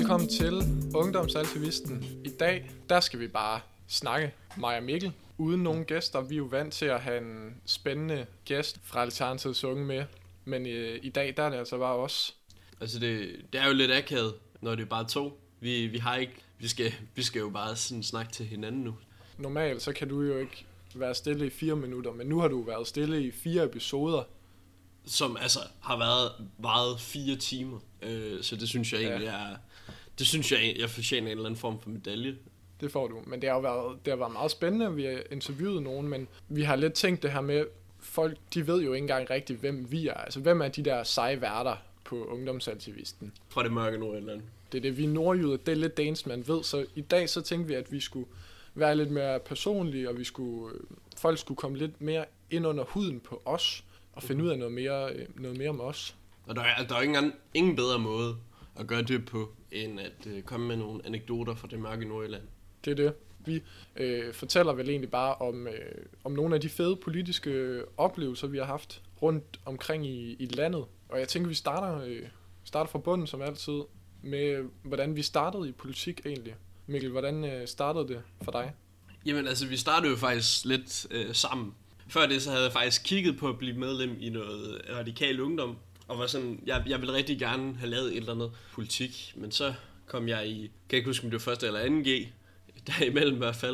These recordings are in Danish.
Velkommen til Ungdomsalchemisten. I dag, der skal vi bare snakke, mig og Mikkel, uden nogen gæster. Vi er jo vant til at have en spændende gæst fra Alternativets Unge med, men i dag, der er det altså bare os. Altså det er jo lidt akavet, når det er bare to. Vi har ikke, vi skal jo bare sådan snakke til hinanden nu. Normalt, så kan du jo ikke være stille i 4 minutter, men nu har du været stille i 4 episoder. Som altså har varet 4 timer. Så det synes jeg egentlig er... Det synes jeg fortjener en eller anden form for medalje. Det får du. Men det har været meget spændende. Vi har interviewet nogen, men vi har lidt tænkt det her med, folk de ved jo ikke engang rigtigt, hvem vi er. Altså, hvem er de der seje værter på Ungdomsalchemisten? Fra det mørke Nordjylland. Det er det, vi er nordjyder. Det er lidt det eneste, man ved. Så i dag så tænkte vi, at vi skulle være lidt mere personlige, og folk skulle komme lidt mere ind under huden på os, og finde ud af noget mere om os. Og der er ingen bedre måde at gøre det på, end at komme med nogle anekdoter fra det mørke Nordjylland. Det er det. Vi fortæller vel egentlig bare om nogle af de fede politiske oplevelser, vi har haft rundt omkring i landet. Og jeg tænker, vi starter fra bunden som altid med, hvordan vi startede i politik egentlig. Mikkel, hvordan startede det for dig? Jamen altså, vi startede jo faktisk lidt sammen. Før det, så havde jeg faktisk kigget på at blive medlem i noget radikal ungdom. Og var sådan, jeg ville rigtig gerne have lavet et eller andet politik. Men så kom jeg i, kan ikke huske om det var første eller anden G, derimellem i hvert fald.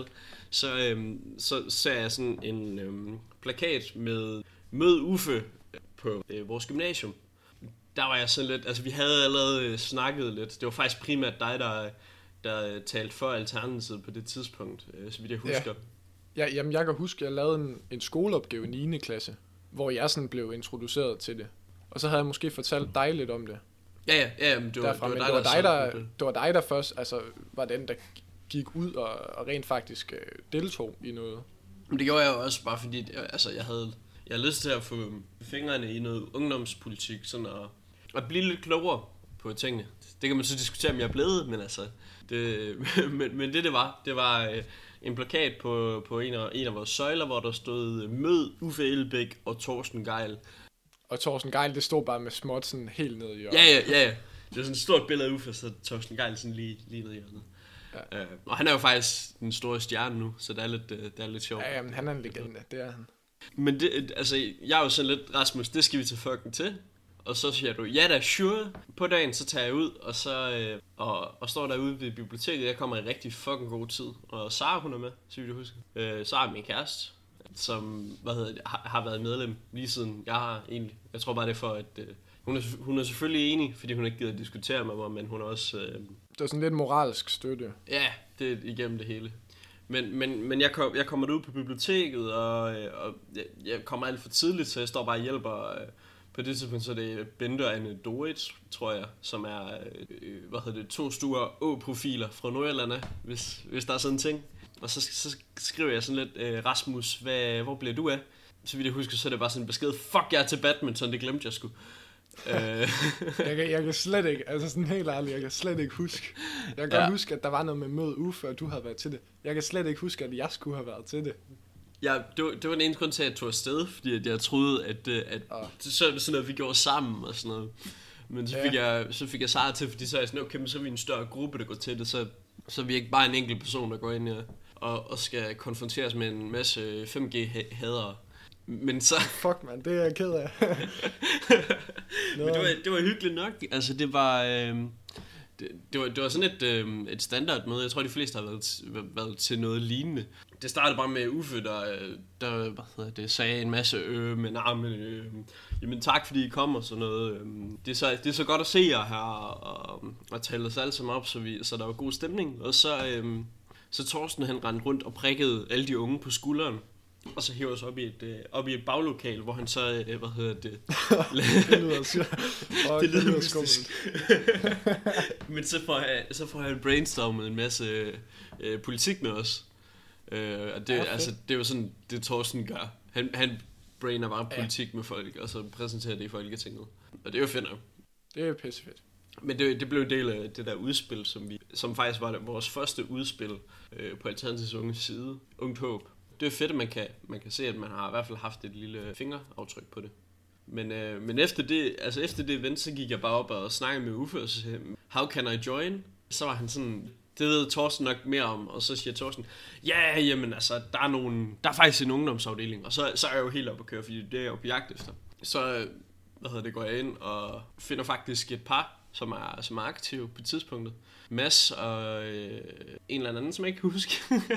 Så sagde jeg sådan en plakat med Mød Uffe på vores gymnasium. Der var jeg sådan lidt, altså vi havde allerede snakket lidt. Det var faktisk primært dig, der talte for Alternativet på det tidspunkt, så vidt jeg husker. Ja, jamen jeg kan huske, at jeg lavede en skoleopgave i 9. klasse, hvor jeg sådan blev introduceret til det. Og så havde jeg måske fortalt dig lidt om det. Ja, men det var dig, der først altså, var den, der gik ud og rent faktisk deltog i noget. Men det gjorde jeg jo også bare fordi, altså jeg havde lyst til at få fingrene i noget ungdomspolitik, sådan at blive lidt klogere på tingene. Det kan man så diskutere, om jeg er blevet, men altså, men det var en plakat på en af vores søjler, hvor der stod Mød Uffe Elbæk og Torsten Gejl. Og Torsten Gejl, det stod bare med småt sådan helt ned i hjørnet. Ja. Det er sådan et stort billede af Uffe, så Torsten Gejl sådan lige ned i hjørnet. Ja. Og han er jo faktisk den store stjerne nu, så det er lidt sjovt. Ja, men han er en legende, det er han. Men det, altså, jeg er jo sådan lidt, Rasmus, det skal vi til fucking til. Og så siger du, ja da, sure. På dagen, så tager jeg ud, og så og står derude ved biblioteket. Jeg kommer i rigtig fucking god tid. Og Sara, hun er med, så vidt jeg husker. Sara er min kæreste, som har været medlem lige siden jeg har egentlig. Jeg tror bare det er for, at hun er selvfølgelig enig, fordi hun ikke gider at diskutere med mig, men hun er også... Det er sådan lidt moralsk støtte. Ja, det er igennem det hele. Men jeg kommer ud på biblioteket, og jeg kommer alt for tidligt, så jeg står bare og hjælper. På det tidspunkt, så det er Bente og Anne Dorit, tror jeg, som er 2 store Å-profiler fra Nordjylland, hvis der er sådan en ting. Og så skriver jeg sådan lidt, Rasmus, hvor bliver du af? Så vidt jeg husker, så er det bare sådan en besked, fuck, jeg er til badminton, det glemte jeg sgu. Jeg kan slet ikke, altså sådan helt ærligt, jeg kan slet ikke huske. Jeg kan godt huske, at der var noget med Mød Uffe, og du havde været til det. Jeg kan slet ikke huske, at jeg skulle have været til det. Ja, det var den eneste grund til, at jeg tog afsted, fordi at jeg troede, at så er det sådan noget, vi gjorde sammen og sådan noget. Men så fik jeg Sara til, fordi så er jeg sådan, okay, men så er vi en større gruppe, der går til det, så er vi ikke bare en enkelt person, der går ind og skal konfronteres med en masse 5G-hadere. Men så... Fuck, man, det er jeg ked af. Men det var hyggeligt nok. Altså, det var sådan et standardmøde. Jeg tror, de fleste har været til noget lignende. Det startede bare med Uffe, der sagde en masse jamen tak, fordi I kom og sådan noget. Det er så godt at se jer her og tale os alle sammen op, så der var god stemning. Og så Torsten, han rendte rundt og prikkede alle de unge på skulderen. Og så hæver os op i et baglokal, hvor han så, det lyder mystisk. Men så får han brainstormet en masse politik med os. Og det er jo sådan, det Torsten gør. Han brainer bare politik med folk, og så præsenterer det i Folketinget. Og det er jo fedt nok. Det er jo pissefedt. Men det blev en del af det der udspil, som faktisk var vores første udspil på Alternativets Unges side. Ungt Håb. Det er fedt, at man kan se, at man har i hvert fald haft et lille fingeraftryk på det. Men efter det event, så gik jeg bare op og snakkede med Uffe og så sagde, how can I join? Så var han sådan, det ved Torsten nok mere om, og så siger Torsten, ja, jamen altså, der er faktisk en ungdomsafdeling, og så er jeg jo helt oppe at køre, fordi det er jeg jo på jagt efter. Så, går jeg ind og finder faktisk et par, som er aktive på tidspunktet. Mads og en eller anden, som jeg ikke kan huske,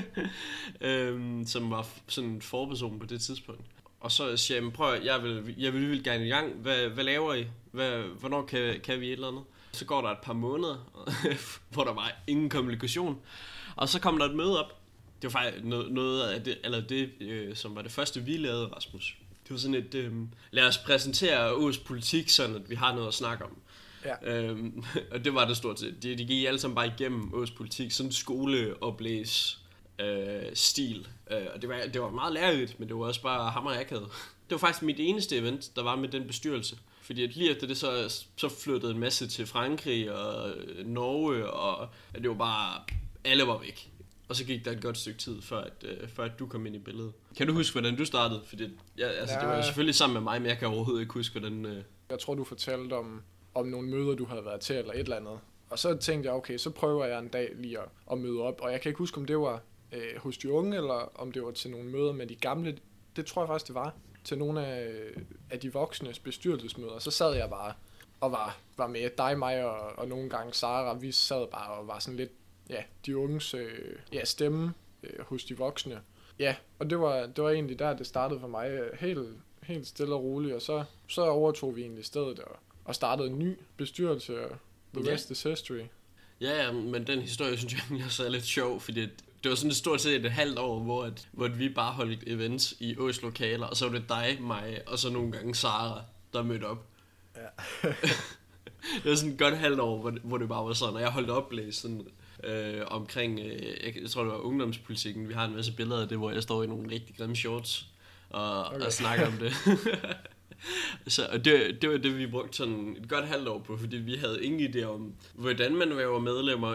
som var sådan en forperson på det tidspunkt. Og så siger jeg, prøv, jeg vil gerne i gang. Hvad laver I? Hvornår kan vi et eller andet? Så går der et par måneder, hvor der var ingen kommunikation. Og så kom der et møde op. Det var faktisk noget af det, eller det, som var det første, vi lavede, Rasmus. Det var sådan et, lad os præsentere Ås politik, sådan at vi har noget at snakke om. Ja. Og det var det stort set. De gik alle sammen bare igennem Ås politik, sådan en skoleoplæs stil. Og det var meget lærerigt, men det var også bare hammer akavet. Det var faktisk mit eneste event, der var med den bestyrelse. Fordi at lige efter det, så flyttede en masse til Frankrig og Norge, og det var bare, alle var væk. Og så gik der et godt stykke tid, før at du kom ind i billedet. Kan du huske, hvordan du startede? Fordi det var jo selvfølgelig sammen med mig, men jeg kan overhovedet ikke huske, hvordan... Jeg tror, du fortalte om nogle møder, du havde været til, eller et eller andet. Og så tænkte jeg, okay, så prøver jeg en dag lige at møde op. Og jeg kan ikke huske, om det var hos de unge, eller om det var til nogle møder med de gamle. Det tror jeg faktisk, det var. Til nogle af de voksnes bestyrelsesmøder. Så sad jeg bare og var med dig, mig og nogle gange Sara. Vi sad bare og var sådan lidt, ja, de unges stemme hos de voksne. Ja, og det var egentlig der, det startede for mig helt stille og roligt. Og så overtog vi egentlig stedet og startede en ny bestyrelse, og the rest is history. Ja, men den historie, synes jeg også er lidt sjov, fordi det var sådan et stort set et halvt år, hvor vi bare holdt events i Ås lokaler, og så var det dig, mig, og så nogle gange Sara, der mødte op. Ja. Det var sådan et godt halvt år, hvor det bare var sådan, og jeg holdt oplæs sådan, omkring, jeg tror det var ungdomspolitikken. Vi har en masse billeder af det, hvor jeg står i nogle rigtig grimme shorts og snakker om det. Og det var det, vi brugte sådan et godt halvt år på, fordi vi havde ingen idé om, hvordan man var medlemmer.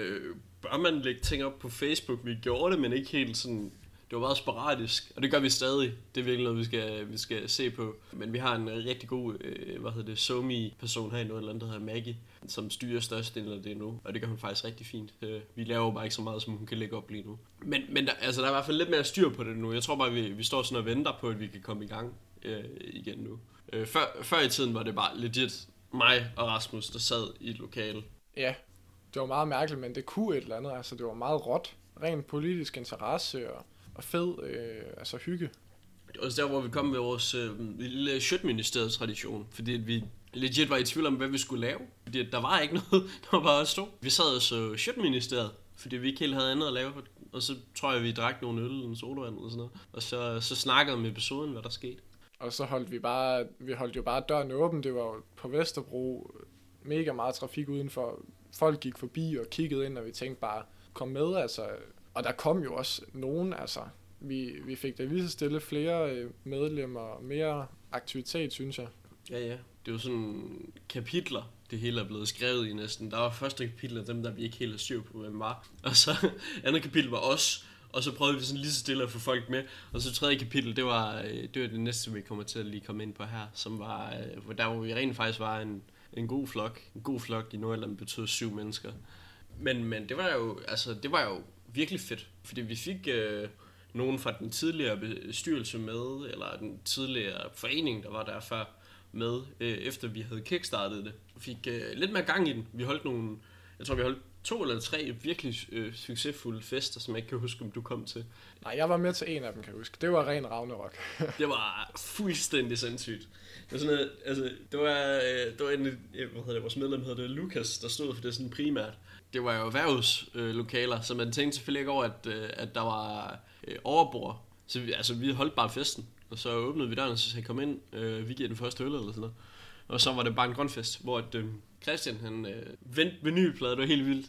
Bør man lægge ting op på Facebook? Vi gjorde det, men ikke helt sådan. Det var meget sporadisk, og det gør vi stadig. Det er virkelig noget, vi skal se på. Men vi har en rigtig god, SoMe-person her i Nordjylland, der hedder Maggie, som styrer størstedelen af det nu. Og det gør hun faktisk rigtig fint. Vi laver bare ikke så meget, som hun kan lægge op lige nu. Men der er i hvert fald lidt mere styr på det nu. Jeg tror bare, vi står sådan og venter på, at vi kan komme i gang igen nu. Før i tiden var det bare legit mig og Rasmus, der sad i et lokale. Ja, det var meget mærkeligt, men det kunne et eller andet. Altså, det var meget råt. Ren politisk interesse og fed hygge. Det var også der, hvor vi kom med vores lille Sjøtministeriet-tradition, fordi vi legit var i tvivl om, hvad vi skulle lave. Fordi der var ikke noget, der var bare at stå. Vi sad og så Sjøtministeriet, fordi vi ikke helt havde andet at lave. Og så tror jeg, vi drak nogle øl og en sodavand og sådan noget. Og så snakkede med episoden, hvad der skete. Og så holdt vi holdt jo bare døren åben. Det var jo på Vesterbro mega meget trafik udenfor. Folk gik forbi og kiggede ind, og vi tænkte bare, kom med, altså. Og der kom jo også nogen, altså. Vi fik da lige så stille flere medlemmer, mere aktivitet, synes jeg. Ja. Det er jo sådan kapitler, det hele er blevet skrevet i næsten. Der var første kapitel af dem, der vi ikke helt har styr på, hvem var. Og så andet kapitel var os. Og så prøvede vi sådan lige så stille at få folk med. Og så tredje kapitel, det var det næste, vi kommer til at lige komme ind på her. Som var, hvor vi rent faktisk var en god flok. En god flok i Nordjylland betød 7 mennesker. Men det var jo virkelig fedt. Fordi vi fik nogen fra den tidligere bestyrelse med, eller den tidligere forening, der var der før med, efter vi havde kickstartet det. Vi fik lidt mere gang i den. Vi holdt 2 eller 3 virkelig succesfulde fester, som jeg ikke kan huske, om du kom til. Nej, jeg var med til en af dem, kan jeg huske. Det var ren Ragnarok. Det var fuldstændig sindssygt. Det var sådan, det var en, vores medlem hedder det, Lukas, der stod for det sådan primært. Det var jo erhvervslokaler, så man tænkte selvfølgelig ikke over, at der var overbord. Så vi holdt bare festen, og så åbnede vi døren, og så sagde, kom ind, vi giver den første øl eller sådan noget. Og så var det bare en grønfest, hvor Christian, han vendte vinylplade, det var helt vildt.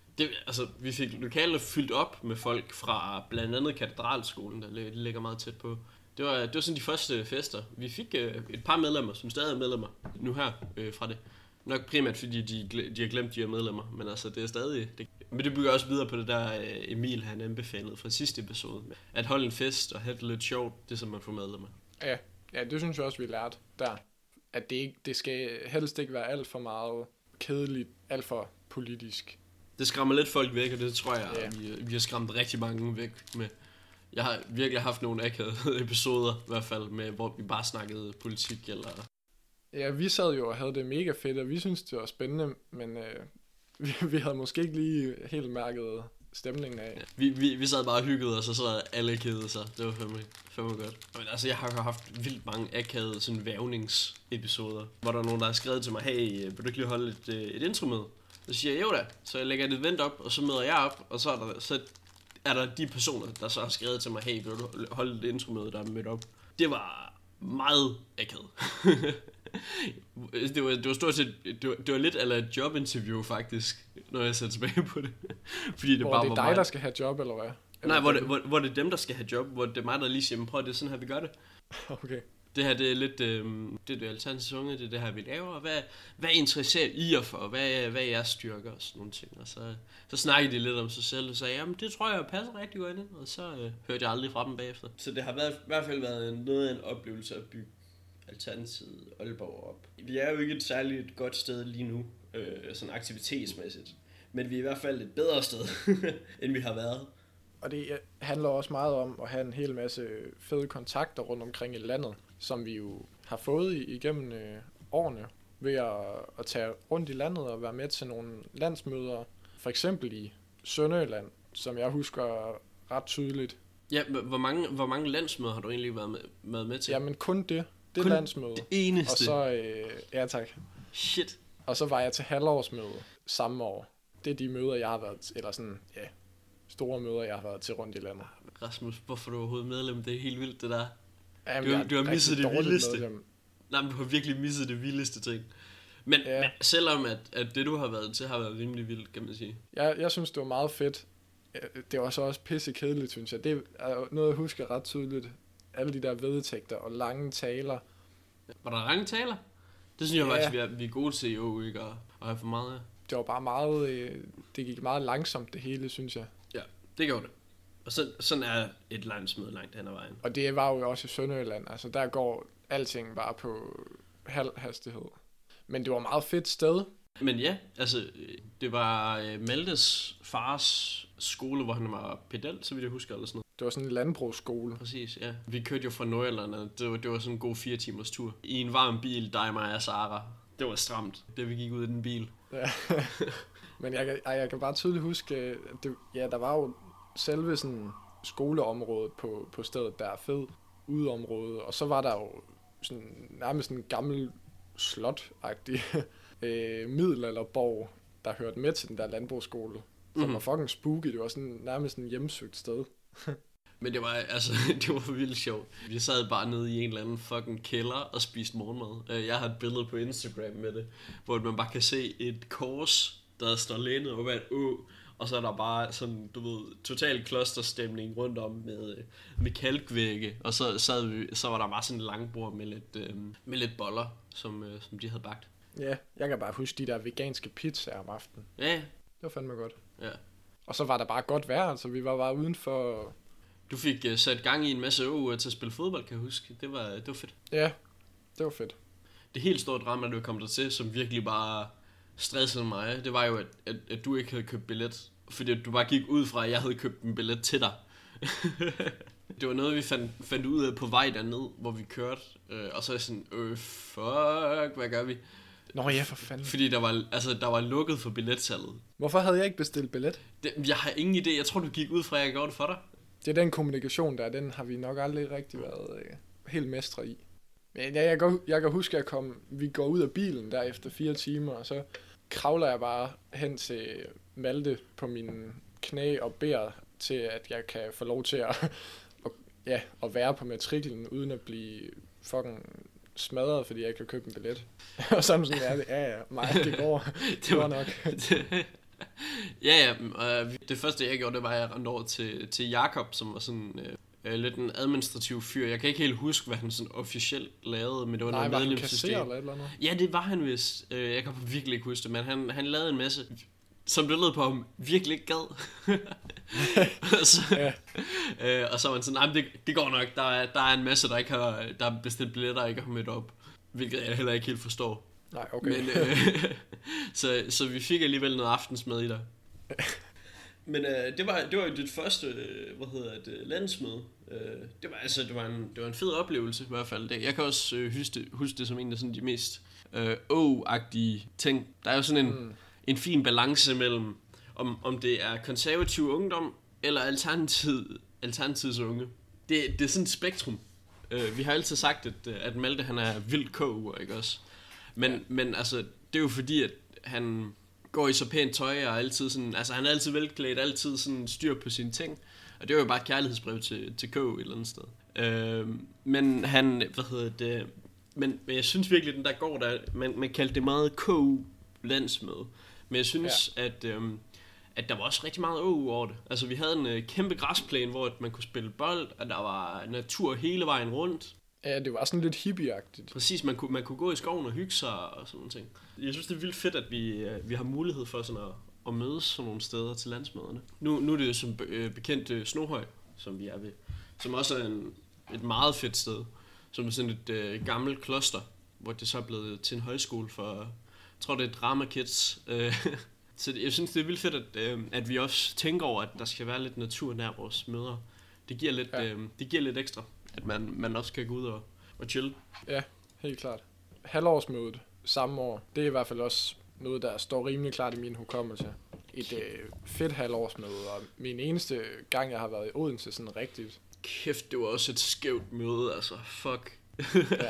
Vi fik lokalerne fyldt op med folk fra blandt andet Katedralskolen, der ligger meget tæt på. Det var sådan de første fester. Vi fik et par medlemmer, som stadig er medlemmer nu her fra det. Nok primært fordi de har glemt, de er medlemmer, men altså det er stadig... Men det bygger også videre på det der Emil, han anbefalede fra sidste episode. At holde en fest og have det lidt sjovt, det som man får medlemmer. Ja, det synes jeg også, vi lærte der. At det skal helst ikke være alt for meget kedeligt, alt for politisk. Det skræmmer lidt folk væk, og det tror jeg, Yeah. vi har skræmt rigtig mange væk med. Jeg har virkelig haft nogle akavede episoder, i hvert fald, med, hvor vi bare snakkede politik, eller... Ja, vi sad jo og havde det mega fedt, og vi synes det var spændende, men vi havde måske ikke lige helt mærket stemningen af. Ja, vi sad bare og hyggede os, og så alle kedede sig. Det var fandme godt. Men altså, jeg har jo haft vildt mange akavede sådan vævningsepisoder, hvor der er nogen, der har skrevet til mig, hey, vil du ikke lige holde et intromøde? Så siger jeg, jo da. Så jeg lægger et event op, og så møder jeg op, og så er der de personer, der så har skrevet til mig, hey, vil du holde et intromøde, der er mødt op? Det var meget akavet. Det var stort set, det var lidt eller et jobinterview faktisk, når jeg ser tilbage på det. Fordi det Hvor bare det er var dig, mig. der skal have job, eller hvad? Nej, hvor det er dem, der skal have job, hvor det er mig, der lige siger, prøv, det er sådan her, vi gør det. Okay. Det her, det er lidt, det er alternativt unge, det er det her, vi laver, og hvad interesserer I jer for, hvad er jeres styrker og sådan nogle ting. Og så snakkede de lidt om sig selv og sagde, jamen det tror jeg passer rigtig godt ind, og så hørte jeg aldrig fra dem bagefter. Så det har i hvert fald været noget af en oplevelse at bygge Alternativet Aalborg op. Vi er jo ikke et særligt godt sted lige nu, sådan aktivitetsmæssigt, men vi er i hvert fald et bedre sted, end vi har været. Og det handler også meget om at have en hel masse fede kontakter rundt omkring i landet, som vi jo har fået igennem årene ved at tage rundt i landet og være med til nogle landsmøder. For eksempel i Sønderjylland, som jeg husker ret tydeligt. Ja, hvor mange landsmøder har du egentlig været med til? Jamen kun det kun landsmøde. Det eneste? Og så, ja tak. Shit. Og så var jeg til halvårsmøde samme år. Det er de møder, jeg har været, eller sådan, ja, store møder, jeg har været til rundt i landet. Rasmus, hvorfor er du overhovedet medlem? Det er helt vildt, det der. Jamen, du har misset det vildeste. Medlem. Nej, men du har virkelig misset det vildeste ting. Men selvom at det, du har været til, har været rimelig vildt, kan man sige. Jeg synes, det var meget fedt. Det var så også pisse kedeligt, synes jeg. Det er noget, jeg husker ret tydeligt. Alle de der vedtægter og lange taler. Var der lange taler? Det synes jeg faktisk, vi er gode til jo, ikke at have for meget af. Det var bare meget... det gik meget langsomt, det hele, synes jeg. Ja, det gjorde det. Og sådan er et landsmøde langt hen ad vejen. Og det var jo også i Sønderjylland. Altså, der går alting bare på halv hastighed. Men det var et meget fedt sted. Men ja, altså, det var Maltes fars skole, hvor han var pedel, så vidt jeg husker, eller sådan noget. Det var sådan en landbrugsskole. Præcis, ja. Vi kørte jo fra Nordjylland, og det var sådan en god 4 timers tur. I en varm bil, dig, mig og Sara. Det var stramt, det vi gik ud i den bil. Ja. Men jeg kan bare tydeligt huske, der var jo selve sådan skoleområdet på stedet, der er fed udeområde, og så var der jo sådan nærmest en gammel slot-agtig middelalderborg, der hørte med til den der landbrugsskole, som var fucking spooky. Det var sådan nærmest en hjemsøgt sted. Men det var det var vildt sjovt. Vi sad bare nede i en eller anden fucking kælder og spiste morgenmad. Jeg har et billede på Instagram med det, hvor man bare kan se et kors, der står lænet op ad et å, og så er der bare sådan, du ved, total klosterstemning rundt om med kalkvægge, og så var der bare sådan et langbord med lidt boller, som de havde bagt. Ja, jeg kan bare huske de der veganske pizzaer om aftenen. Ja. Det var fandme godt. Ja. Og så var der bare godt vejr, altså vi var bare udenfor. Du fik sat gang i en masse år til at spille fodbold, kan jeg huske. Det var fedt. Ja, det var fedt. Det helt store drama, du kom der til, som virkelig bare stressede mig, det var jo, at du ikke havde købt billet. Fordi du bare gik ud fra, at jeg havde købt en billet til dig. Det var noget, vi fandt ud af på vej derned, hvor vi kørte. Og så er jeg sådan, fuck, hvad gør vi? Nå ja, for fanden. Fordi der var lukket for billetsalget. Hvorfor havde jeg ikke bestilt billet? Jeg har ingen idé. Jeg tror, du gik ud fra, at jeg gjorde det for dig. Det er den kommunikation der, den har vi nok aldrig rigtig været helt mestre i. Men jeg kan huske, at vi går ud af bilen der efter 4 timer, og så kravler jeg bare hen til Malte på mine knæ og beder til, at jeg kan få lov til at være på matriklen, uden at blive fucking smadret, fordi jeg ikke kan købe en billet. Og sådan er det. Ja, mig, det går. Det var nok. Ja, det første jeg gjorde, det var, at jeg rendte over til Jakob, som var sådan lidt en administrativ fyr. Jeg kan ikke helt huske, hvad han sådan officielt lavede, men det var noget medlemssystem. Nej, var han kasserer eller noget? Ja, det var han vist. Jeg kan virkelig ikke huske det, men han lavede en masse, som det lød på ham, virkelig ikke gad. Og så var han sådan, nej, det går nok. Der er en masse, der har bestilt billetter, der ikke har mødt op. Hvilket jeg heller ikke helt forstår. Nej, okay. Men, så vi fik alligevel noget aftensmad i dig. Men det var jo dit første, landsmøde. Det var en fed oplevelse i hvert fald. Jeg kan også huske det som en af sådan de mest agtige ting. Der er jo sådan en fin balance mellem, om det er konservativ ungdom eller alternativets unge. Det er sådan et spektrum. Vi har altid sagt, at Malte han er vildt KU'er, ikke også? Men altså, det er jo fordi, at han går i så pænt tøj og altid sådan, altså han er altid velklædt, altid sådan styr på sine ting. Og det var jo bare et kærlighedsbrev til KU et eller andet sted. Men han, men jeg synes virkelig, den der går der, man kaldte det meget KU-landsmøde. Men jeg synes, at der var også rigtig meget over det. Altså vi havde en kæmpe græsplæne, hvor man kunne spille bold, og der var natur hele vejen rundt. Ja, det var sådan lidt hippieagtigt. Præcis, man kunne gå i skoven og hygge sig og sådan nogle ting. Jeg synes, det er vildt fedt, at vi har mulighed for sådan at mødes sådan nogle steder til landsmøderne. Nu er det jo som bekendt Snohøj, som vi er ved. Som også er et meget fedt sted. Som er sådan et gammelt kloster, hvor det så er blevet til en højskole for, jeg tror det er Drama Kids. Så jeg synes, det er vildt fedt, at vi også tænker over, at der skal være lidt natur nær vores møder. Det giver lidt ekstra, at man også kan gå ud og chill. Ja, helt klart. Halvårsmødet samme år, det er i hvert fald også noget, der står rimelig klart i min hukommelse. Et fedt halvårsmøde, og min eneste gang, jeg har været i Odense sådan rigtigt. Kæft, det var også et skævt møde, altså fuck. Ja.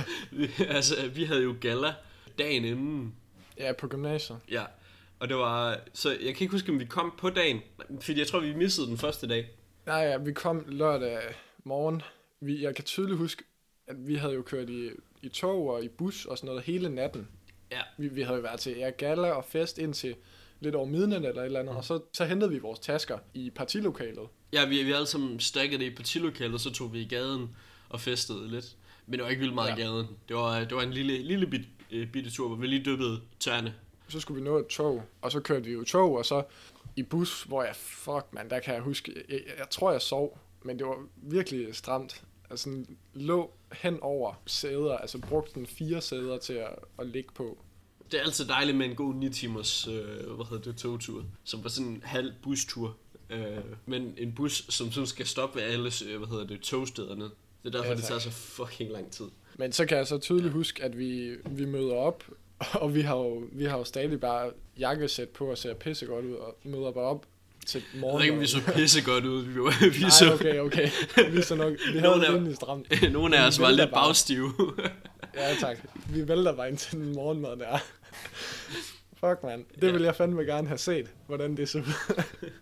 Altså, vi havde jo galla dagen inden. Ja, på gymnasiet. Ja, og det var, så jeg kan ikke huske, om vi kom på dagen, fordi jeg tror, vi missede den første dag. Nej, ja, vi kom lørdag morgen. Jeg kan tydeligt huske, at vi havde jo kørt i tog og i bus og sådan noget hele natten. Ja. Vi havde jo været til galla og fest indtil lidt over midnat eller et eller andet, og så hentede vi vores tasker i partilokalet. Ja, vi alle sammen stakket det i partilokalet, så tog vi i gaden og festede lidt. Men det var ikke vildt meget i gaden. Det var en lille bitte tur, hvor vi lige dyppede tørne. Så skulle vi nå et tog, og så kørte vi jo tog, og så i bus, hvor der kan jeg huske, jeg tror jeg sov, men det var virkelig stramt. Altså lå hen over sæder, altså brugte den 4 sæder til at ligge på. Det er altid dejligt med en god 9 timers togtur, som var sådan en halv bustur. Men en bus, som så skal stoppe ved alle togstederne. Det er derfor, det tager så fucking lang tid. Men så kan jeg så tydeligt huske, at vi møder op, og vi har jo stadig bare jakkesæt på og ser pissegodt ud, og møder bare op til morgen. Jeg ved ikke, om vi så pissegodt ud. Nej, okay. Vi havde det rimelig stramt. Nogle af os var lidt bagstive. Ja, tak. Vi vælter bare ind til den morgenmad der. Fuck, man. Det ville jeg fandme gerne have set, hvordan det så ud.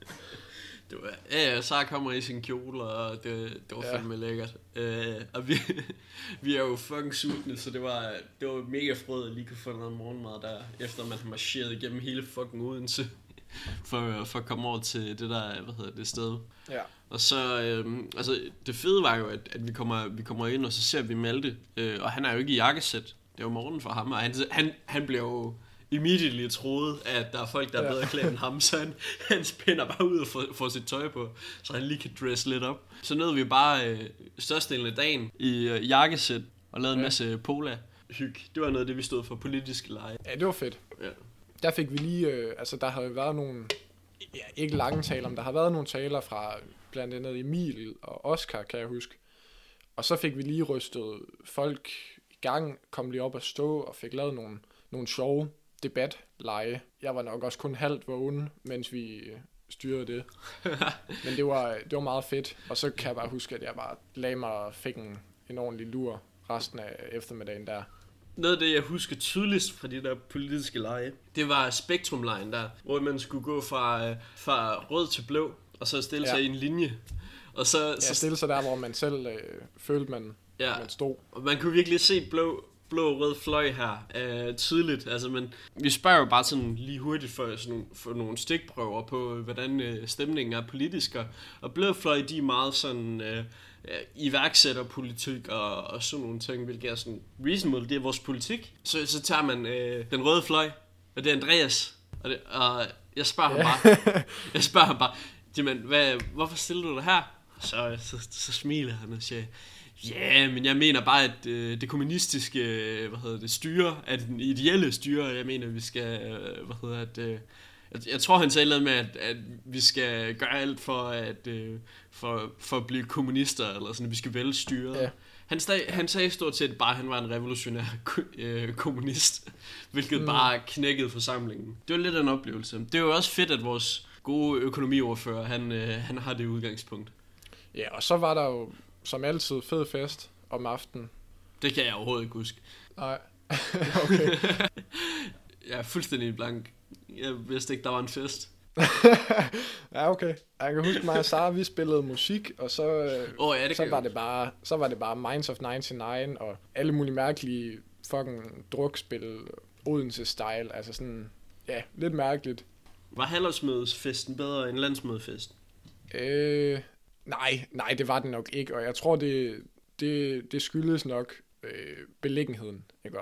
Sara kommer i sin kjole, og det var fandme lækkert. Og vi er jo fucking sultne, så det var mega frød at lige kunne få noget morgenmad der, efter man har marcheret igennem hele fucking Odense, for at komme over til det der, det sted. Ja. Og så, altså det fede var jo, at vi kommer ind, og så ser vi Malte, og han er jo ikke i jakkesæt. Det er jo morgenen for ham, og han bliver jo immediately troede, at der er folk, der er bedre klædt end ham, så han spænder bare ud og får sit tøj på, så han lige kan dress lidt op. Så nåede vi bare størstedelen af dagen i jakkesæt og lavede en masse pola-hyg. Det var noget af det, vi stod for, politiske lege. Ja, det var fedt. Ja. Der fik vi lige, der har jo været nogle, ikke lange taler, men der har været nogle taler fra blandt andet Emil og Oscar, kan jeg huske. Og så fik vi lige rystet folk i gang, kom lige op og stå og fik lavet nogle sjove debatleje. Jeg var nok også kun halvt vågen, mens vi styrede det. Men det var meget fedt. Og så kan jeg bare huske, at jeg bare lagde mig og fik en ordentlig lur resten af eftermiddagen der. Noget af det, jeg husker tydeligst fra de der politiske lege, det var spektrumlejen der, hvor man skulle gå fra rød til blå, og så stille sig i en linje. Og så stille sig der, hvor man selv følte, man stod. Og man kunne virkelig se blå rød fløj her tydeligt. Altså, men vi spørger jo bare sådan lige hurtigt for nogle stikprøver på, hvordan stemningen er politisk. Og blå fløj, de er meget sådan iværksætterpolitik og sådan nogle ting, hvilket er sådan reasonable. Det er vores politik. Så tager man den røde fløj, og det er Andreas. Og jeg spørger ham bare, jamen, hvorfor stiller du dig her? Så smiler han og siger, ja, men jeg mener bare, at det kommunistiske styre er den ideelle styre. Jeg mener, vi skal Jeg tror, han sagde noget med, at vi skal gøre alt for at blive kommunister, eller sådan, at vi skal vælge styret. Ja. Han sagde stort set bare, at han var en revolutionær kommunist, hvilket bare knækkede forsamlingen. Det var lidt af en oplevelse. Det er jo også fedt, at vores gode økonomiordfører, han har det udgangspunkt. Ja, og så var der jo som altid fed fest om aftenen. Det kan jeg overhovedet ikke huske. Nej, okay. Jeg er fuldstændig blank. Jeg vidste ikke, der var en fest. Ja, okay. Jeg kan huske mig og Sara, vi spillede musik, og så var det bare Minds of 99 og alle mulige mærkelige fucking drukspil, Odense-style, altså sådan, ja, lidt mærkeligt. Var halvårsmødesfesten bedre end landsmødefest? Nej, det var den nok ikke, og jeg tror, det skyldes nok beliggenheden, ikke?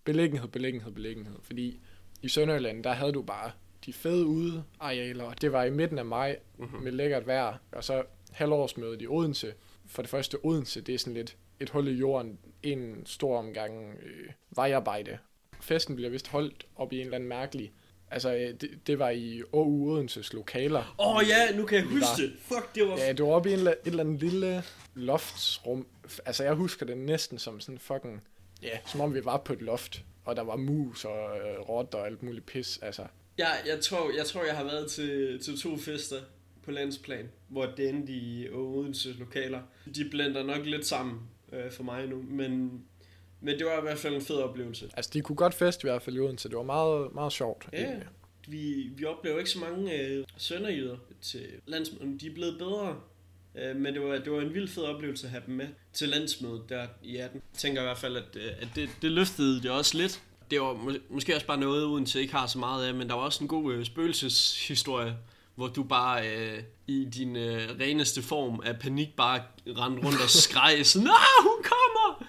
Beliggenhed, fordi i Sønderjylland, der havde du bare de fede udearealer, og det var i midten af maj med lækkert vejr, og så halvårsmødet i Odense. For det første, Odense, det er sådan lidt et hul i jorden, en stor omgang vejarbejde. Festen bliver vist holdt op i en eller anden mærkelig, altså det var i OU Odenses lokaler. Ja, nu kan jeg huske det. Fuck, det var... Ja, det var oppe i et eller andet lille loftsrum. Altså jeg husker det næsten som sådan fucking, ja, som om vi var på et loft, og der var mus og rotter og alt muligt pis, altså. Ja, jeg tror, jeg har været til 2 fester på landsplan, hvor det endte i Odense lokaler. De blender nok lidt sammen for mig nu, men det var i hvert fald en fed oplevelse. Altså, de kunne godt feste i hvert fald i Odense. Det var meget, meget sjovt. Ja, vi oplever ikke så mange sønderjyder til landsmødet. De er blevet bedre, men det var en vild fed oplevelse at have dem med til landsmødet der i 18. Jeg tænker i hvert fald, at det løftede det også lidt. Det var måske også bare noget, Odense ikke har så meget af, men der var også en god spøgelseshistorie, hvor du bare i din reneste form af panik bare rendte rundt og skreg sådan, hun kommer!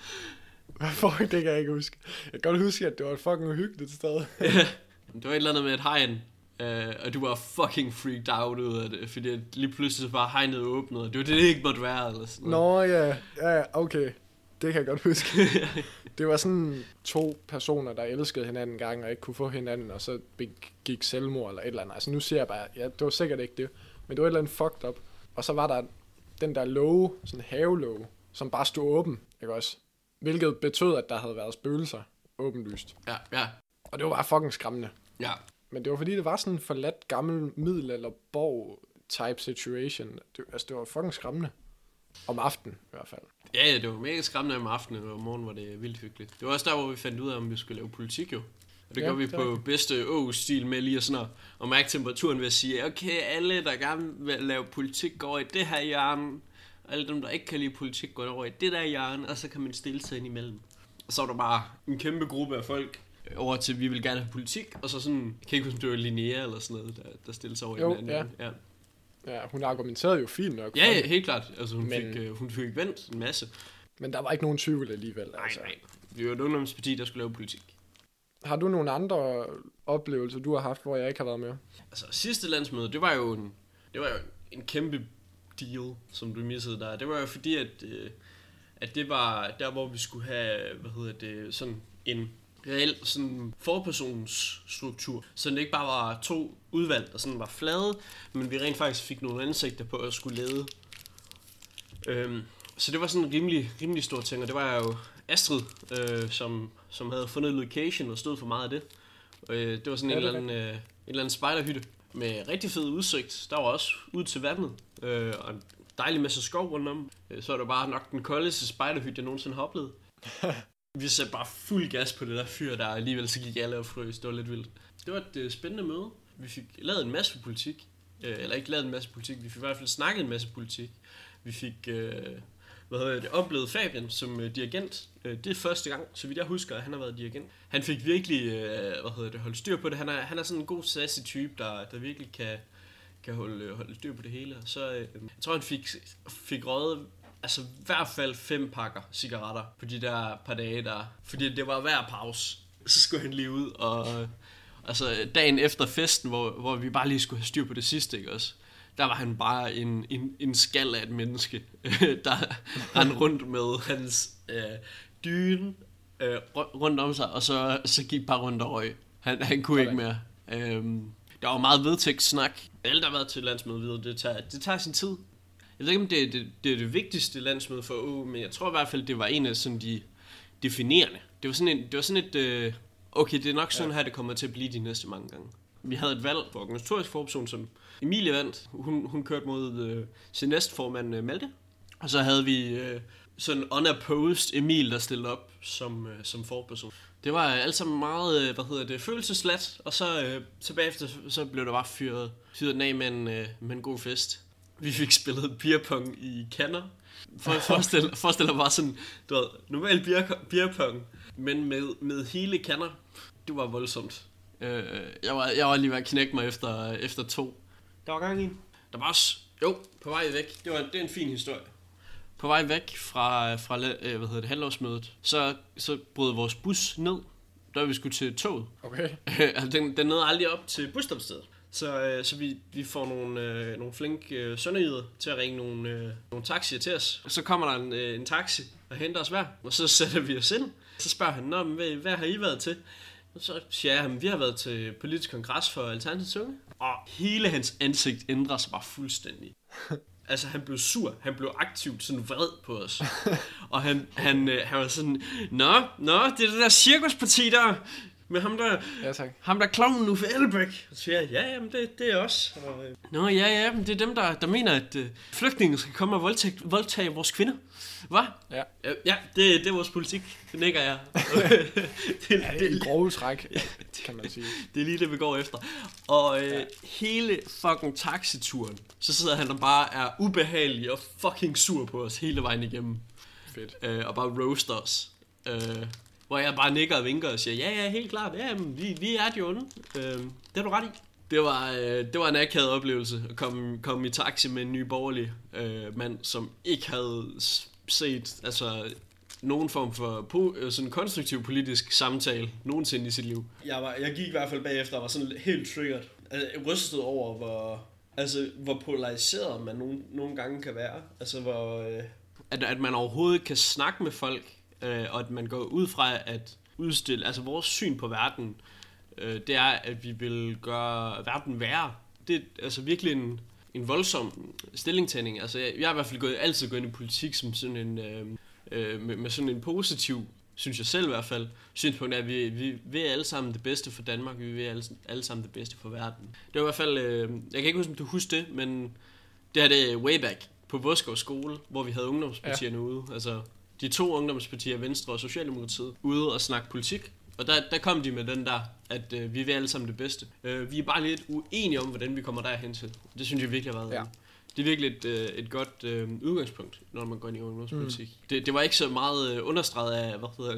Fuck, det kan jeg ikke huske. Jeg kan godt huske, at det var et fucking uhyggeligt sted. Det var et eller andet med et hegn, og du var fucking freaked out ud af det, fordi lige pludselig var hegnet åbnet, og det var det ikke måtte være. Eller sådan noget. Nå ja, okay. Det kan jeg godt huske. Det var sådan 2 personer, der elskede hinanden en gang, og ikke kunne få hinanden, og så gik selvmord eller et eller andet. Altså nu siger jeg bare, ja, det var sikkert ikke det, men det var et eller andet fucked up. Og så var der den der låge, sådan en havelåge, som bare stod åben, ikke også? Hvilket betød, at der havde været spøgelser, åbenlyst. Ja. Og det var bare fucking skræmmende. Ja. Men det var fordi, det var sådan en forladt gammel middelalderborg-type situation. Det var fucking skræmmende. Om aftenen i hvert fald. Ja, det var mega skræmmende om aftenen, og om morgenen var det vildt hyggeligt. Det var også der, hvor vi fandt ud af, om vi skulle lave politik jo. Og det gør vi på bedste Aarhus-stil med lige sådan at mærke temperaturen ved at sige, okay, alle, der gerne vil lave politik, går over i det her hjørne. Alle dem, der ikke kan lide politik, går over i det der hjørne, og så kan man stille sig ind imellem. Og så var der bare en kæmpe gruppe af folk over til, vi vil gerne have politik, og så sådan, jeg kan ikke huske, om det var Linnea eller sådan noget, der stillede sig over i den anden. Ja, hun argumenterede jo fint nok. Ja, helt klart. Altså, hun fik vendt en masse. Men der var ikke nogen tvivl alligevel. Altså. Nej. Vi var et ungdomsparti, der skulle lave politik. Har du nogle andre oplevelser, du har haft, hvor jeg ikke har været med? Altså, sidste landsmøde, det var jo en kæmpe deal, som du missede der. Det var jo fordi, at det var der, hvor vi skulle have, sådan en reel sådan forpersonsstruktur, så det ikke bare var 2 udvalg, der sådan var flade, men vi rent faktisk fik nogle ansigter på at skulle lede. Så det var sådan en rimelig stor ting, og det var jo Astrid, som havde fundet location og stod for meget af det. Det var sådan en eller anden spejderhytte med rigtig fed udsigt. Der var også ud til vandet, og en dejlig masse skov rundt om. Så var det bare nok den koldeste spejderhytte, jeg nogensinde har oplevet. Vi satte bare fuld gas på det der fyr, der alligevel så gik alle og frøs. Det var lidt vildt. Det var et spændende møde. Vi fik lavet en masse politik. Eller ikke lavet en masse politik, vi fik i hvert fald snakket en masse politik. Vi fik oplevet Fabian som dirigent. Det er første gang, så vidt jeg husker, at han har været dirigent. Han fik virkelig holdt styr på det. Han er sådan en god sassy type, der virkelig kan holde styr på det hele. Så jeg tror, han fik røget altså i hvert fald 5 pakker cigaretter på de der par dage der. Fordi det var hver pause. Så skulle han lige ud, og altså dagen efter festen, hvor vi bare lige skulle have styr på det sidste, ikke også? Der var han bare en skal af et menneske, der rendte rundt med hans dyne rundt om sig, og så gik bare rundt og røg. Han kunne ikke mere. der var meget vedtægtssnak. Alle, der har været til landsmøde videre, det tager sin tid. Jeg ved ikke, om det er det vigtigste landsmøde for AU, men jeg tror i hvert fald, det var en af sådan de definerende. Det var sådan et okay, det er nok sådan her, det kommer til at blive de næste mange gange. Vi havde et valg for organisatorisk forperson, som Emilie vandt. Hun kørte mod sin næstformand Malte. Og så havde vi sådan unopposed Emil, der stillede op som forperson. Det var alt sammen meget, følelseslat. Og så bagefter, så blev der bare fyret den af med en god fest. Vi fik spillet beerpong i kander. Forestil dig bare sådan, du ved, normal beerpong, men med hele kander. Det var voldsomt. Jeg var lige ved at knække mig efter 2. Der var gang i en. Der var også, på vej væk. Det er en fin historie. På vej væk fra halvårsmødet, så brød vores bus ned, da vi skulle til toget. Okay. Den nåede aldrig op til busstopstedet. Så vi får nogle flinke sønderjyder til at ringe nogle taxier til os. Og så kommer der en taxi og henter os hver, og så sætter vi os ind. Så spørger han, hvad har I været til? Og så siger jeg, vi har været til politisk kongres for Alternativets Unge. Og hele hans ansigt ændrer sig bare fuldstændig. Altså, han blev sur. Han blev aktivt sådan vred på os. Og han var sådan, Nå, det er det der cirkusparti der. Med ham der, ja, tak. Ham der klovnen Uffe Elbæk. Og så siger jeg, jamen det er os. Nå, ja, men det er dem, der mener, at flygtninge skal komme og voldtage vores kvinder. Hvad? Ja, det er vores politik. Det nikker jeg. det er en grove træk, kan man sige. Det er lige det, vi går efter. Og hele fucking taxituren, så sidder han der bare er ubehagelig og fucking sur på os hele vejen igennem. Fedt. Og bare roaster os. Hvor jeg bare nikker og vinker og siger, ja, helt klart, ja, vi er de onde. Det er du ret i. Det var en akavet oplevelse at komme i taxi med en ny borgerlig mand, som ikke havde set nogen form for sådan konstruktiv politisk samtale nogensinde i sit liv. Jeg gik i hvert fald bagefter og var sådan helt triggered. Jeg rystede over, hvor polariseret man nogle gange kan være. Altså, at man overhovedet kan snakke med folk, og at man går ud fra at udstille, altså vores syn på verden, det er, at vi vil gøre verden værre. Det er altså virkelig en voldsom stillingtagning. Altså jeg har i hvert fald altid gået ind i politik som sådan en med sådan en positiv, synes jeg selv i hvert fald, synspunkt, at vi vil alle sammen det bedste for Danmark, vi vil alle sammen det bedste for verden. Det var i hvert fald, jeg kan ikke huske, om du husker det, men det her det way back på Vodskov skole, hvor vi havde ungdomspartierne ude, altså de 2 ungdomspartier, Venstre og Socialdemokratiet, ude og snakke politik. Og der kom de med den der, at vi vil alle sammen det bedste. Vi er bare lidt uenige om, hvordan vi kommer derhen til. Det synes jeg virkelig har været. Det er virkelig et godt udgangspunkt, når man går ind i ungdomspolitik. Det var ikke så meget understreget af,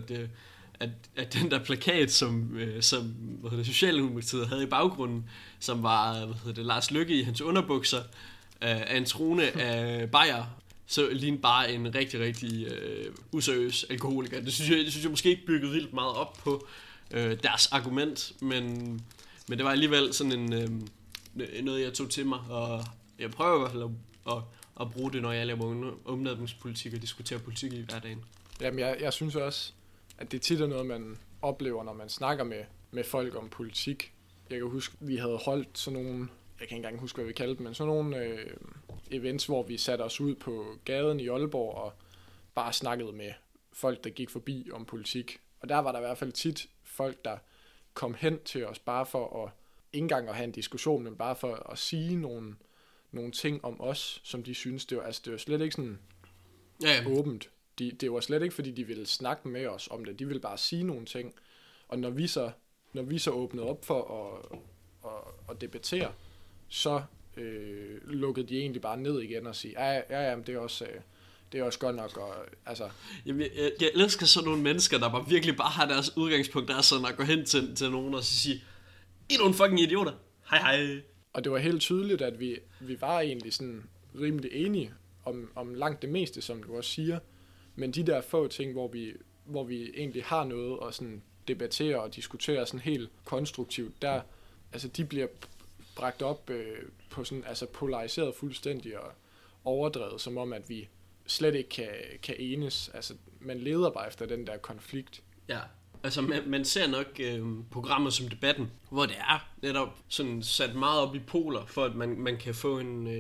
at den der plakat, som Socialdemokratiet havde i baggrunden, som var Lars Løkke i hans underbukser, af en trone af bajer, så lignede bare en rigtig, rigtig useriøs alkoholiker. Det synes jeg måske ikke byggede vildt meget op på deres argument, men det var alligevel sådan noget, jeg tog til mig, og jeg prøver i hvert fald at bruge det, når jeg laver ungdomspolitik og diskuterer politik i hverdagen. Jamen, jeg synes også, at det tit er noget, man oplever, når man snakker med folk om politik. Jeg kan huske, vi havde holdt sådan nogle, jeg kan ikke engang huske, hvad vi kaldte dem, men sådan nogle events, hvor vi satte os ud på gaden i Aalborg og bare snakkede med folk, der gik forbi om politik. Og der var der i hvert fald tit folk, der kom hen til os bare for at, ikke engang at have en diskussion, men bare for at sige nogle ting om os, som de synes. Det var slet ikke sådan åbent. Det var slet ikke, fordi de ville snakke med os om det. De ville bare sige nogle ting. Og når vi så åbnede op for at debattere, så lukkede de egentlig bare ned igen og sige, ja, det er også godt nok. Og, altså. Jamen, jeg elsker sådan nogle mennesker, der bare virkelig bare har deres udgangspunkt, der er sådan at gå hen til nogen og så sige, I er nogle fucking idioter. Hej. Og det var helt tydeligt, at vi var egentlig sådan rimelig enige om langt det meste, som du også siger. Men de der få ting, hvor vi egentlig har noget at sådan debattere og diskutere sådan helt konstruktivt, der, altså de bliver bragt op på sådan, altså polariseret fuldstændig og overdrevet, som om, at vi slet ikke kan enes. Altså, man leder bare efter den der konflikt. Ja, Altså, man ser nok programmer som Debatten, hvor det er netop sådan sat meget op i poler, for at man kan få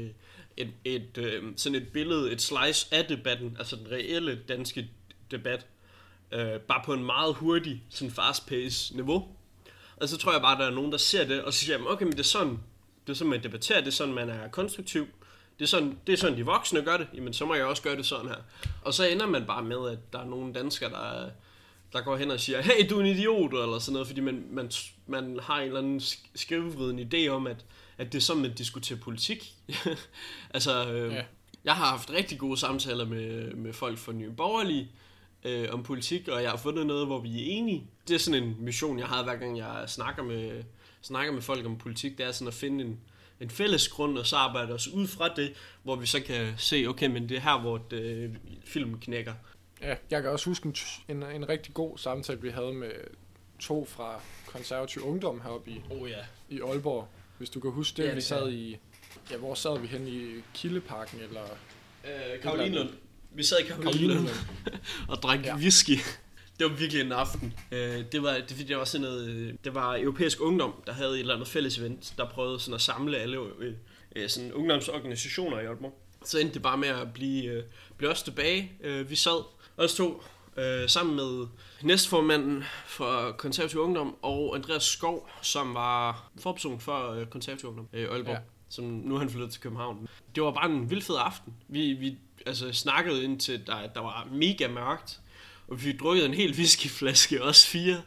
sådan et billede, et slice af debatten, altså den reelle danske debat, bare på en meget hurtig, sådan fast-paced niveau. Og så tror jeg bare, at der er nogen, der ser det, og så siger, okay, men det er sådan man debatterer, det er sådan, man er konstruktiv. Det er sådan de voksne gør det, jamen så må jeg også gøre det sådan her. Og så ender man bare med, at der er nogle danskere, der går hen og siger, hey, du er en idiot, eller sådan noget, fordi man har en eller anden skrivevriden idé om, at det er sådan, man diskuterer politik. Altså, jeg har haft rigtig gode samtaler med folk fra Nye Borgerlige om politik, og jeg har fundet noget, hvor vi er enige. Det er sådan en mission, jeg har, hver gang jeg snakker med folk om politik, det er sådan at finde en fælles grund, og så arbejde os ud fra det, hvor vi så kan se, okay, men det er her, hvor filmen knækker. Ja, jeg kan også huske en rigtig god samtale, vi havde med 2 fra Konservativ Ungdom heroppe i Aalborg. Hvis du kan huske det, vi sad i... Ja, hvor sad vi hen i Kildeparken, eller... Karolinelund. Vi sad i Karolinelund og drak whisky. Det var virkelig en aften. Det var sådan noget... Det var Europæisk Ungdom, der havde et eller andet fælles event, der prøvede sådan at samle alle sådan ungdomsorganisationer i Aalborg. Så endte det bare med at blive os tilbage. Vi sad os 2 sammen med næstformanden for Konservativ Ungdom og Andreas Skov, som var forperson for Konservativ Ungdom i Aalborg, som nu er han flyttet til København. Det var bare en vild fed aften. Vi snakkede indtil der var mega mørkt, og vi fik drukket en hel whiskyflaske, også 4,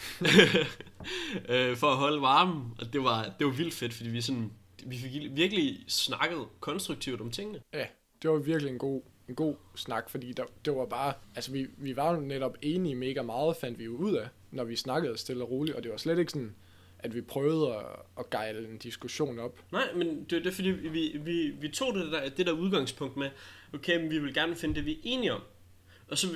for at holde varmen. Og det var vildt fedt, fordi vi fik virkelig snakket konstruktivt om tingene. Ja, det var virkelig en god snak, fordi det var bare, altså vi var jo netop enige mega meget, fandt vi jo ud af, når vi snakkede stille og roligt, og det var slet ikke sådan, at vi prøvede at gejle en diskussion op. Nej, men det er fordi, vi tog det der udgangspunkt med, okay, men vi vil gerne finde det, vi er enige om. Og så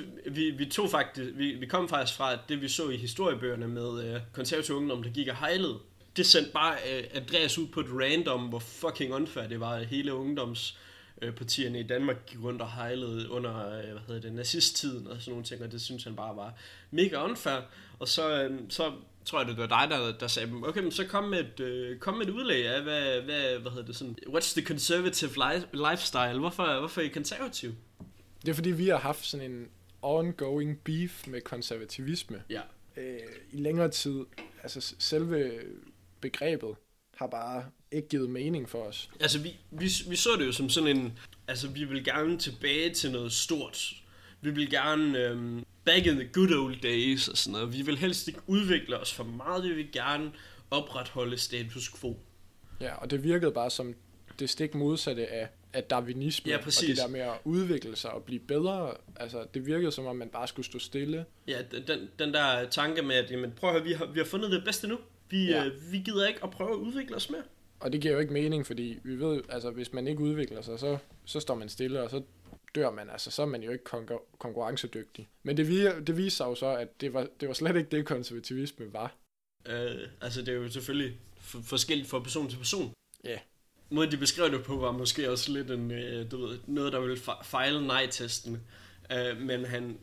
vi kom faktisk fra, at det vi så i historiebøgerne med Konservativ Ungdom, der gik og hejlede, det sendte bare Andreas ud på et random, hvor fucking unfair det var, hele ungdomspartierne i Danmark gik rundt og hejlede under nazisttiden og sådan nogle ting, og det synes han bare var mega unfair. Og så tror jeg, det var dig, der sagde, okay, men så kom med et udlæg af, what's the conservative lifestyle? Hvorfor er I konservativ? Det er fordi, vi har haft sådan en ongoing beef med konservativisme. Ja. I længere tid. Altså selve begrebet har bare ikke givet mening for os. Altså vi så det jo som sådan en, altså vi vil gerne tilbage til noget stort. Vi vil gerne back in the good old days og sådan noget. Vi vil helst ikke udvikle os for meget. Vi vil gerne opretholde status quo. Ja, og det virkede bare som det stik modsatte af darwinisme, ja, og det der med at udvikle sig og blive bedre. Altså, det virkede som om, man bare skulle stå stille. Ja, den der tanke med, at jamen, prøv at høre, vi har fundet det bedste nu. Vi gider ikke at prøve at udvikle os mere. Og det giver jo ikke mening, fordi vi ved, altså hvis man ikke udvikler sig, så står man stille, og så dør man. Altså, så er man jo ikke konkurrencedygtig. Men det viser sig jo så, at det var slet ikke det, konservativisme var. Altså, det er jo selvfølgelig forskelligt fra person til person. Ja. Yeah. Måden de beskrev det på var måske også lidt noget der ville fejle nej-testen. Men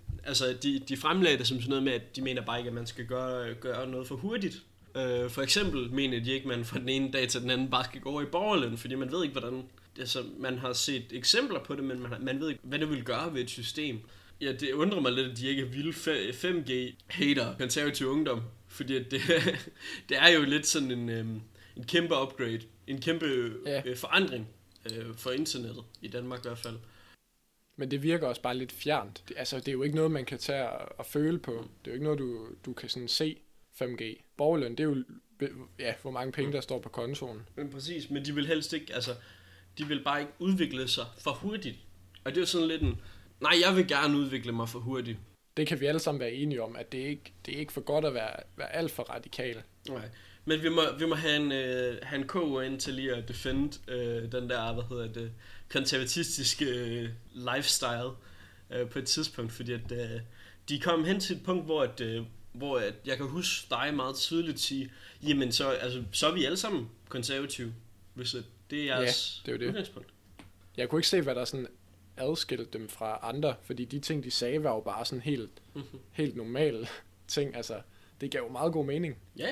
de fremlagde det som sådan noget med, at de mener bare ikke, at man skal gøre noget for hurtigt. For eksempel mener de ikke, at man fra den ene dag til den anden bare skal gå over i borgerløn, fordi man ved ikke, hvordan... Altså, man har set eksempler på det, men man ved ikke, hvad det vil gøre ved et system. Ja, det undrer mig lidt, at de ikke er vilde 5G-hater Konservativ Ungdom, fordi det er jo lidt sådan en kæmpe upgrade, en kæmpe forandring for internettet, i Danmark i hvert fald. Men det virker også bare lidt fjernt. Det er jo ikke noget, man kan tage og føle på. Det er jo ikke noget, du kan sådan se 5G. Borgerløn, det er jo, hvor mange penge, der står på kontoen. Men præcis, men de vil helst ikke, altså, de vil bare ikke udvikle sig for hurtigt. Og det er jo sådan lidt nej, jeg vil gerne udvikle mig for hurtigt. Det kan vi alle sammen være enige om, at det er ikke for godt at være alt for radikal. Nej, men vi må have en koger ind til lige at defend den der, konservatistiske lifestyle på et tidspunkt, fordi at de kom hen til et punkt, hvor jeg kan huske dig meget tydeligt sige, jamen så er vi alle sammen konservative, hvis det er jeres udgangspunkt. Jeg kunne ikke se, hvad der sådan adskilte dem fra andre, fordi de ting, de sagde, var jo bare sådan helt normale ting. Altså, det gav jo meget god mening. Ja,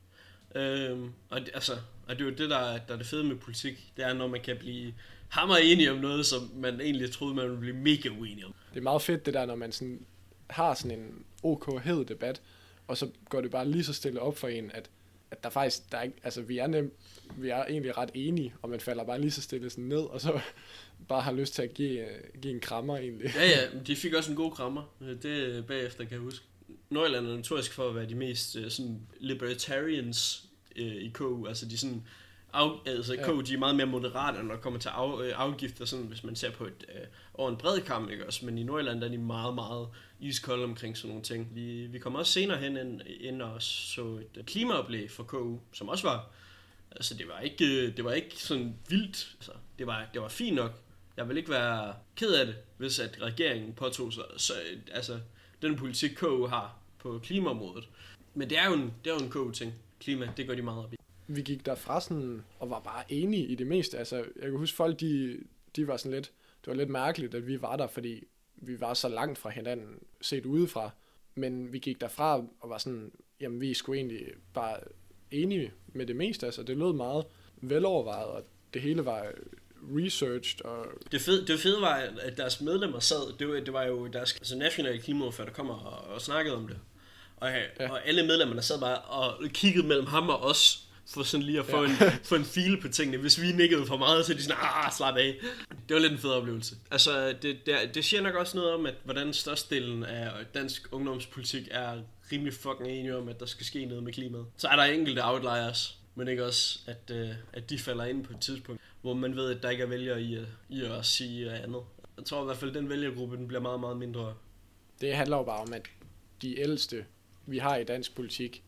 og det er jo det, der er det fede med politik. Det er, når man kan blive hammer enige om noget, som man egentlig troede, man ville blive mega uenige om. Det er meget fedt det der, når man sådan har sådan en hed debat, og så går det bare lige så stille op for en, at der faktisk, der er ikke, altså vi er egentlig ret enige, og man falder bare lige så stille sådan ned, og så bare har lyst til at give en krammer egentlig. Ja, de fik også en god krammer. Det bagefter kan jeg huske. Nordjylland er notorisk for at være de mest sådan libertarians i KU, altså de sådan KU, de er meget mere moderate, når det kommer til afgifter, sådan, hvis man ser på over en bred kam, ikke også? Men i Nordjylland er de meget, meget iskolde omkring sådan nogle ting. Vi kommer også senere hen ind og så et klimaoplæg for KU, som også var, altså det var ikke sådan vildt, altså, det var fint nok. Jeg vil ikke være ked af det, hvis at regeringen påtog sig altså den politik KU har på klimaområdet. Men det er jo en KU-ting. Klima, det går de meget op i. Vi gik derfra sådan, og var bare enige i det meste. Altså, jeg kan huske, folk de var sådan lidt, det var lidt mærkeligt, at vi var der, fordi vi var så langt fra hinanden set udefra. Men vi gik derfra og var sådan, jamen vi skulle egentlig bare enige med det meste. Altså, det lød meget velovervejet, og det hele var researched. Og det fede var, at deres medlemmer sad, det var jo deres nationale klimaordfører, der kommer og snakkede om det. Og alle medlemmerne sad bare og kiggede mellem ham og os, for sådan lige at få en feel på tingene. Hvis vi nikkede for meget, så de sådan, slap af. Det var lidt en fed oplevelse. Altså, det siger nok også noget om, at hvordan størstedelen af dansk ungdomspolitik er rimelig fucking enige om, at der skal ske noget med klimaet. Så er der enkelte outliers, men ikke også, at de falder ind på et tidspunkt, hvor man ved, at der ikke er vælgere i at sige andet. Jeg tror i hvert fald, at den vælgergruppe den bliver meget, meget mindre. Det handler jo bare om, at de ældste, vi har i dansk politik,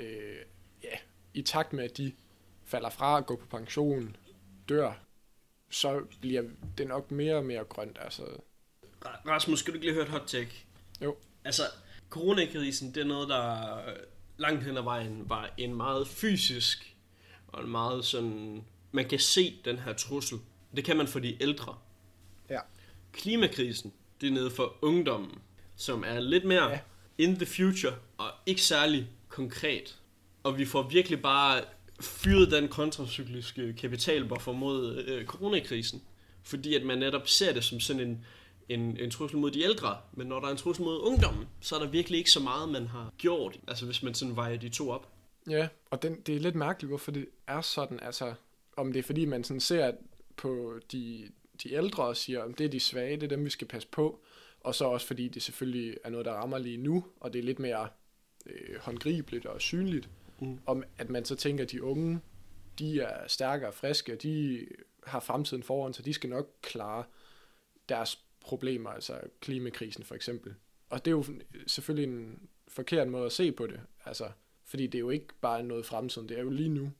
i takt med, at de falder fra, går på pension, dør, så bliver det nok mere og mere grønt. Altså. Rasmus, skal du ikke lige høre et hot take? Jo. Altså, coronakrisen, det er noget, der langt hen ad vejen var en meget fysisk, og en meget sådan, man kan se den her trussel. Det kan man for de ældre. Ja. Klimakrisen, det er nede for ungdommen, som er lidt mere in the future, og ikke særlig konkret. Og vi får virkelig bare fyret den kontracykliske kapitalbuffer mod coronakrisen. Fordi at man netop ser det som sådan en trussel mod de ældre. Men når der er en trussel mod ungdommen, så er der virkelig ikke så meget, man har gjort. Altså hvis man sådan vejer de to op. Ja, og det er lidt mærkeligt, hvorfor det er sådan. Altså om det er fordi, man sådan ser på de ældre og siger, om det er de svage, det er dem, vi skal passe på. Og så også fordi det selvfølgelig er noget, der rammer lige nu, og det er lidt mere håndgribeligt og synligt. Om at man så tænker, at de unge, de er stærkere og friske, og de har fremtiden foran, så de skal nok klare deres problemer, altså klimakrisen for eksempel. Og det er jo selvfølgelig en forkert måde at se på det, altså, fordi det er jo ikke bare noget fremtiden, det er jo lige nu,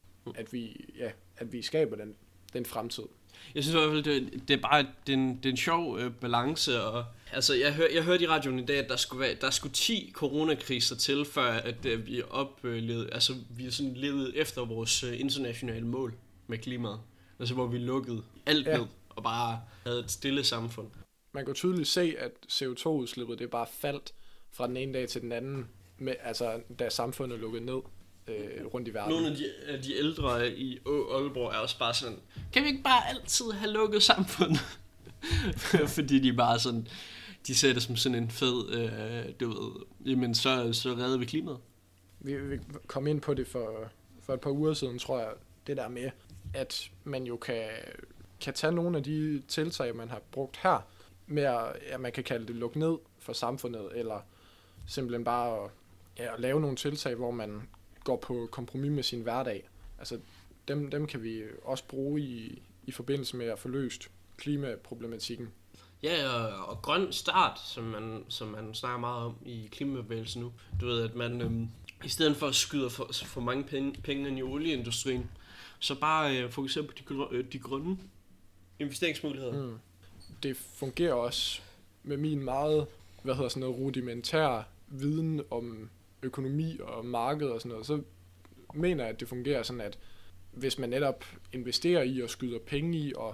at vi skaber den fremtid. Jeg synes i hvert fald, det er bare en sjov balance. Og, altså, jeg hørte i radioen i dag, at der skulle 10 coronakriser til, før at vi oplevede, altså vi sådan levede efter vores internationale mål med klimaet. Altså hvor vi lukkede alt ned og bare havde et stille samfund. Man kan tydeligt se, at CO2-udslippet det bare faldt fra den ene dag til den anden, altså da samfundet lukkede ned rundt i verden. Nogle af de ældre i Aalborg er også bare sådan, kan vi ikke bare altid have lukket samfundet? Fordi de bare sådan, de ser det som sådan en fed, du ved, jamen så redder vi klimaet. Vi kom ind på det for et par uger siden, tror jeg, det der med, at man jo kan tage nogle af de tiltag, man har brugt her, med at man kan kalde det lukke ned for samfundet, eller simpelthen bare at lave nogle tiltag, hvor man går på kompromis med sin hverdag. Altså dem kan vi også bruge i forbindelse med at få løst klimaproblematikken. Ja, og grøn start, som man snakker meget om i klimabevægelsen nu. Du ved, at man i stedet for at skyde for mange penge ind i olieindustrien, så bare fokusere på de grønne investeringsmuligheder. Det fungerer også med min meget, rudimentær viden om økonomi og marked og sådan noget, så mener jeg, at det fungerer sådan, at hvis man netop investerer i og skyder penge i og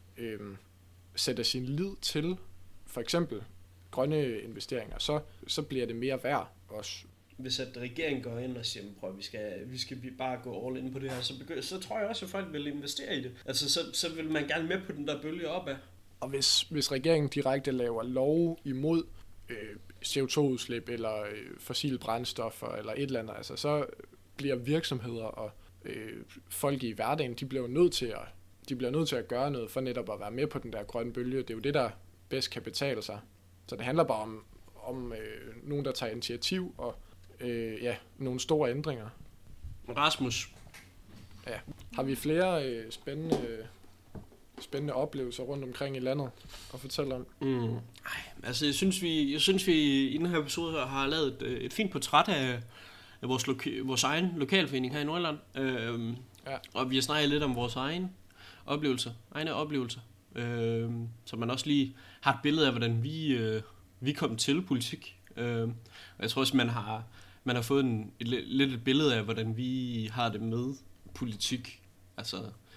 sætter sin lid til for eksempel grønne investeringer, så bliver det mere værd også. hvis at regeringen går ind og siger, prøv, vi skal bare gå all in på det her, så tror jeg også, at folk vil investere i det. Altså, så vil man gerne med på den der bølge opad. Og hvis regeringen direkte laver lov imod CO2-udslip eller fossile brændstoffer eller et eller andet, altså, så bliver virksomheder og folk i hverdagen, de bliver nødt til at gøre noget for netop at være med på den der grønne bølge. Det er jo det, der bedst kan betale sig. Så det handler bare om nogen, der tager initiativ og nogle store ændringer. Rasmus. Ja. Har vi flere spændende oplevelser rundt omkring i landet at fortælle om? Altså jeg synes vi i den her episode her har lavet et fint portræt af vores egen lokalforening her i Nordjylland. Og vi har snakket lidt om vores egne oplevelser, så man også lige har et billede af, hvordan vi kom til politik. Og jeg tror også, man har fået lidt et billede af, hvordan vi har det med politik. Altså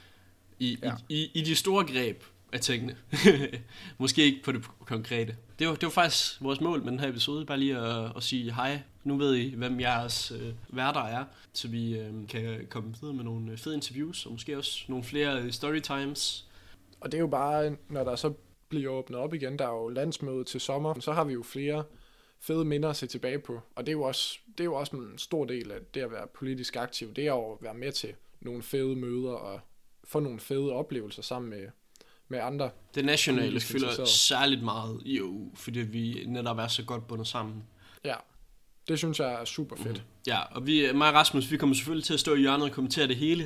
i de store greb af tingene. Måske ikke på det konkrete. Det var faktisk vores mål med den her episode, bare lige at sige hej. Nu ved I, hvem jeres værter er, så vi kan komme videre med nogle fede interviews, og måske også nogle flere storytimes. Og det er jo bare, når der så bliver åbnet op igen, der er jo landsmøde til sommer, så har vi jo flere fede minder at se tilbage på. Og det er jo også en stor del af det at være politisk aktiv. Det er jo at være med til nogle fede møder og få nogle fede oplevelser sammen med andre. Det nationale fylder særligt meget i EU, fordi vi netop er så godt bundet sammen. Ja, det synes jeg er super fedt. Ja, og mig og Rasmus, vi kommer selvfølgelig til at stå i hjørnet og kommentere det hele.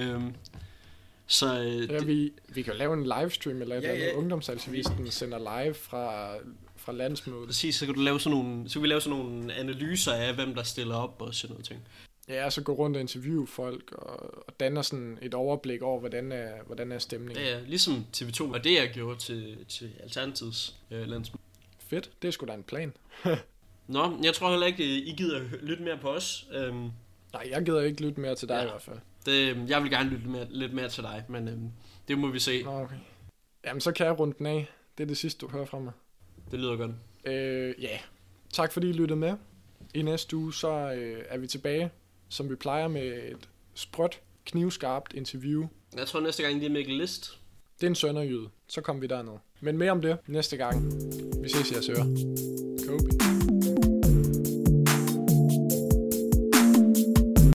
Vi kan jo lave en livestream eller et eller andet. Ungdomsaktivisten sender live fra landsmødet. Præcis, så kan vi lave sådan nogle analyser af, hvem der stiller op og sådan noget ting. Ja, så gå rundt og interviewe folk og danne sådan et overblik over, hvordan er stemningen. Ja, ligesom TV2 var det, jeg gjorde til Alternativets landsmøde. Fedt, det er sgu da en plan. Nå, jeg tror heller ikke, I gider lytte mere på os. Nej, jeg gider ikke lytte mere til dig i hvert fald. Jeg vil gerne lytte lidt mere til dig, men det må vi se. Okay. Jamen, så kan jeg runde den af. Det er det sidste, du hører fra mig. Det lyder godt. Tak fordi I lyttede med. I næste uge, så er vi tilbage, som vi plejer, med et sprødt, knivskarpt interview. Jeg tror næste gang, det er Mikkel List. Det er en sønderjyde. Så kommer vi derned. Men mere om det næste gang. Vi ses i jeres ører. Kobe.